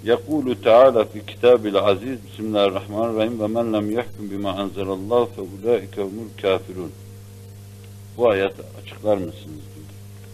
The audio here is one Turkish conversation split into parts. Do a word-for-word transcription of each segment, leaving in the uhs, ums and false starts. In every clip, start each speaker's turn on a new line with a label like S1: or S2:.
S1: Yekulu Teala fi Kitabil Aziz. Bismillahirrahmanirrahim. Ve men lem yahkum bima enzelallah fe ulaike humul kafirun. Bu ayeti açıklar mısınız diyor.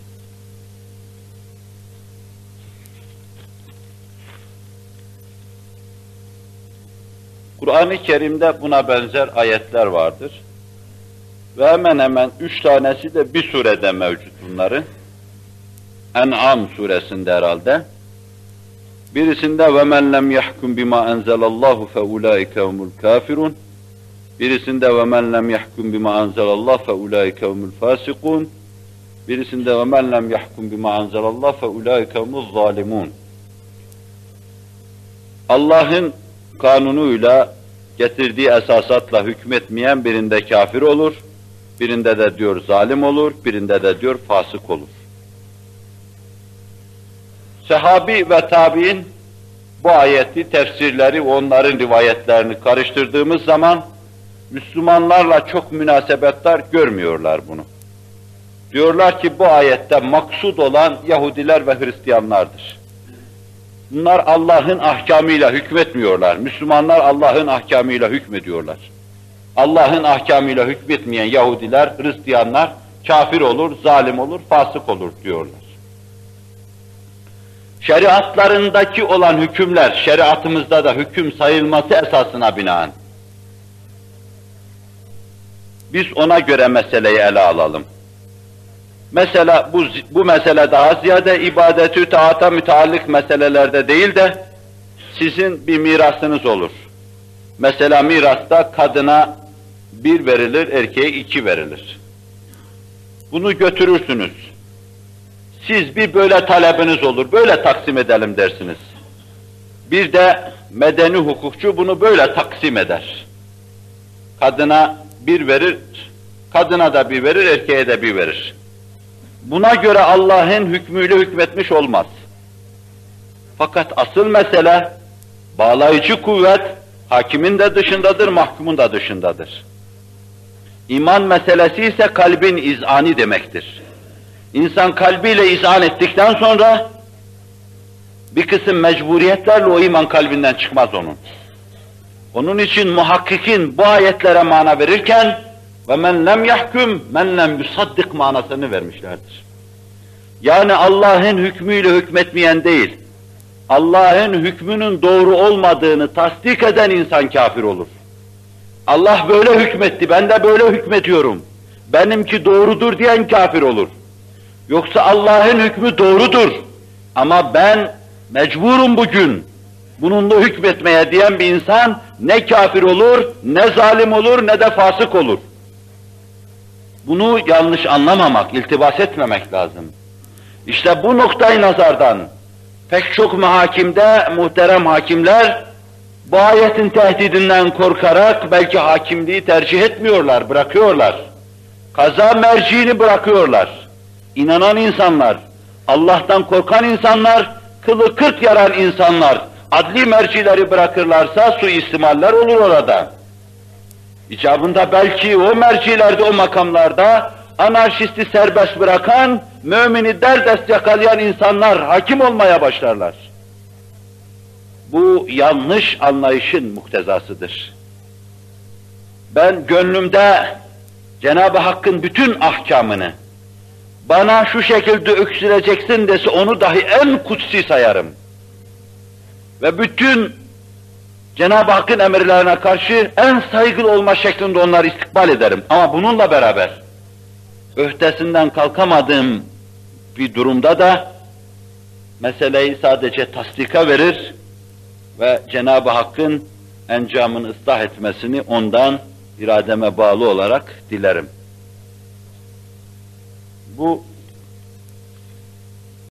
S1: Kur'an-ı Kerim'de buna benzer ayetler vardır. Ve hemen hemen üç tanesi de bir surede mevcut bunların. En'am suresinde herhalde. Birisinde وَمَنْ لَمْ يَحْكُمْ بِمَا أَنْزَلَ اللّٰهُ فَاُولَٰئِكَ هُمُ الْكَافِرُونَ. Birisinde وَمَنْ لَمْ يَحْكُمْ بِمَا أَنْزَلَ اللّٰهُ فَاُولَٰئِكَ هُمُ الْفَاسِقُونَ. Birisinde وَمَنْ لَمْ يَحْكُمْ بِمَا أَنْزَلَ اللّٰهُ فَاُولَٰئِكَ هُمُ الظَّالِمُونَ. Allah'ın kanunuyla, getirdiği esasatla hükmetmeyen birinde kafir olur, birinde de diyor zalim olur, birinde de diyor fasık olur. Sahabi ve tabi'in bu ayeti, tefsirleri, onların rivayetlerini karıştırdığımız zaman Müslümanlarla çok münasebetler görmüyorlar bunu. Diyorlar ki bu ayette maksud olan Yahudiler ve Hristiyanlardır. Bunlar Allah'ın ahkamıyla hükmetmiyorlar. Müslümanlar Allah'ın ahkamıyla hükmediyorlar. Allah'ın ahkamıyla hükmetmeyen Yahudiler, Hristiyanlar kafir olur, zalim olur, fasık olur diyorlar. Şeriatlarındaki olan hükümler, şeriatımızda da hüküm sayılması esasına binaen. Biz ona göre meseleyi ele alalım. Mesela bu, bu mesele daha ziyade ibadetü taata müteallik meselelerde değil de sizin bir mirasınız olur. Mesela mirasta kadına bir verilir, erkeğe iki verilir. Bunu götürürsünüz. Siz bir böyle talebiniz olur, böyle taksim edelim dersiniz. Bir de medeni hukukçu bunu böyle taksim eder. Kadına bir verir, kadına da bir verir, erkeğe de bir verir. Buna göre Allah'ın hükmüyle hükmetmiş olmaz. Fakat asıl mesele, bağlayıcı kuvvet, hakimin de dışındadır, mahkumun da dışındadır. İman meselesi ise kalbin izani demektir. İnsan kalbiyle izan ettikten sonra, bir kısım mecburiyetlerle o iman kalbinden çıkmaz onun. Onun için muhakkikin bu ayetlere mana verirken, وَمَنْ لَمْ يَحْكُمْ مَنْ لَمْ يُصَدِّقْ manasını vermişlerdir. Yani Allah'ın hükmüyle hükmetmeyen değil, Allah'ın hükmünün doğru olmadığını tasdik eden insan kafir olur. Allah böyle hükmetti, ben de böyle hükmetiyorum, benimki doğrudur diyen kafir olur. Yoksa Allah'ın hükmü doğrudur ama ben mecburum bugün bununla hükmetmeye diyen bir insan ne kafir olur, ne zalim olur, ne de fasık olur. Bunu yanlış anlamamak, iltibas etmemek lazım. İşte bu noktayı nazardan pek çok muhakimde muhterem hakimler bu ayetin tehdidinden korkarak belki hakimliği tercih etmiyorlar, bırakıyorlar. Kaza merciini bırakıyorlar. İnanan insanlar, Allah'tan korkan insanlar, kılı kırk yaran insanlar, adli mercileri bırakırlarsa suistimaller olur orada. İcabında belki o mercilerde, o makamlarda anarşisti serbest bırakan, mümini derdest yakalayan insanlar hakim olmaya başlarlar. Bu yanlış anlayışın muktezasıdır. Ben gönlümde Cenab-ı Hakk'ın bütün ahkamını, bana şu şekilde öksüreceksin dese onu dahi en kutsi sayarım. Ve bütün Cenab-ı Hakk'ın emirlerine karşı en saygılı olma şeklinde onları istikbal ederim. Ama bununla beraber öhdesinden kalkamadığım bir durumda da meseleyi sadece tasdika verir ve Cenab-ı Hakk'ın encamını ıslah etmesini ondan irademe bağlı olarak dilerim. Bu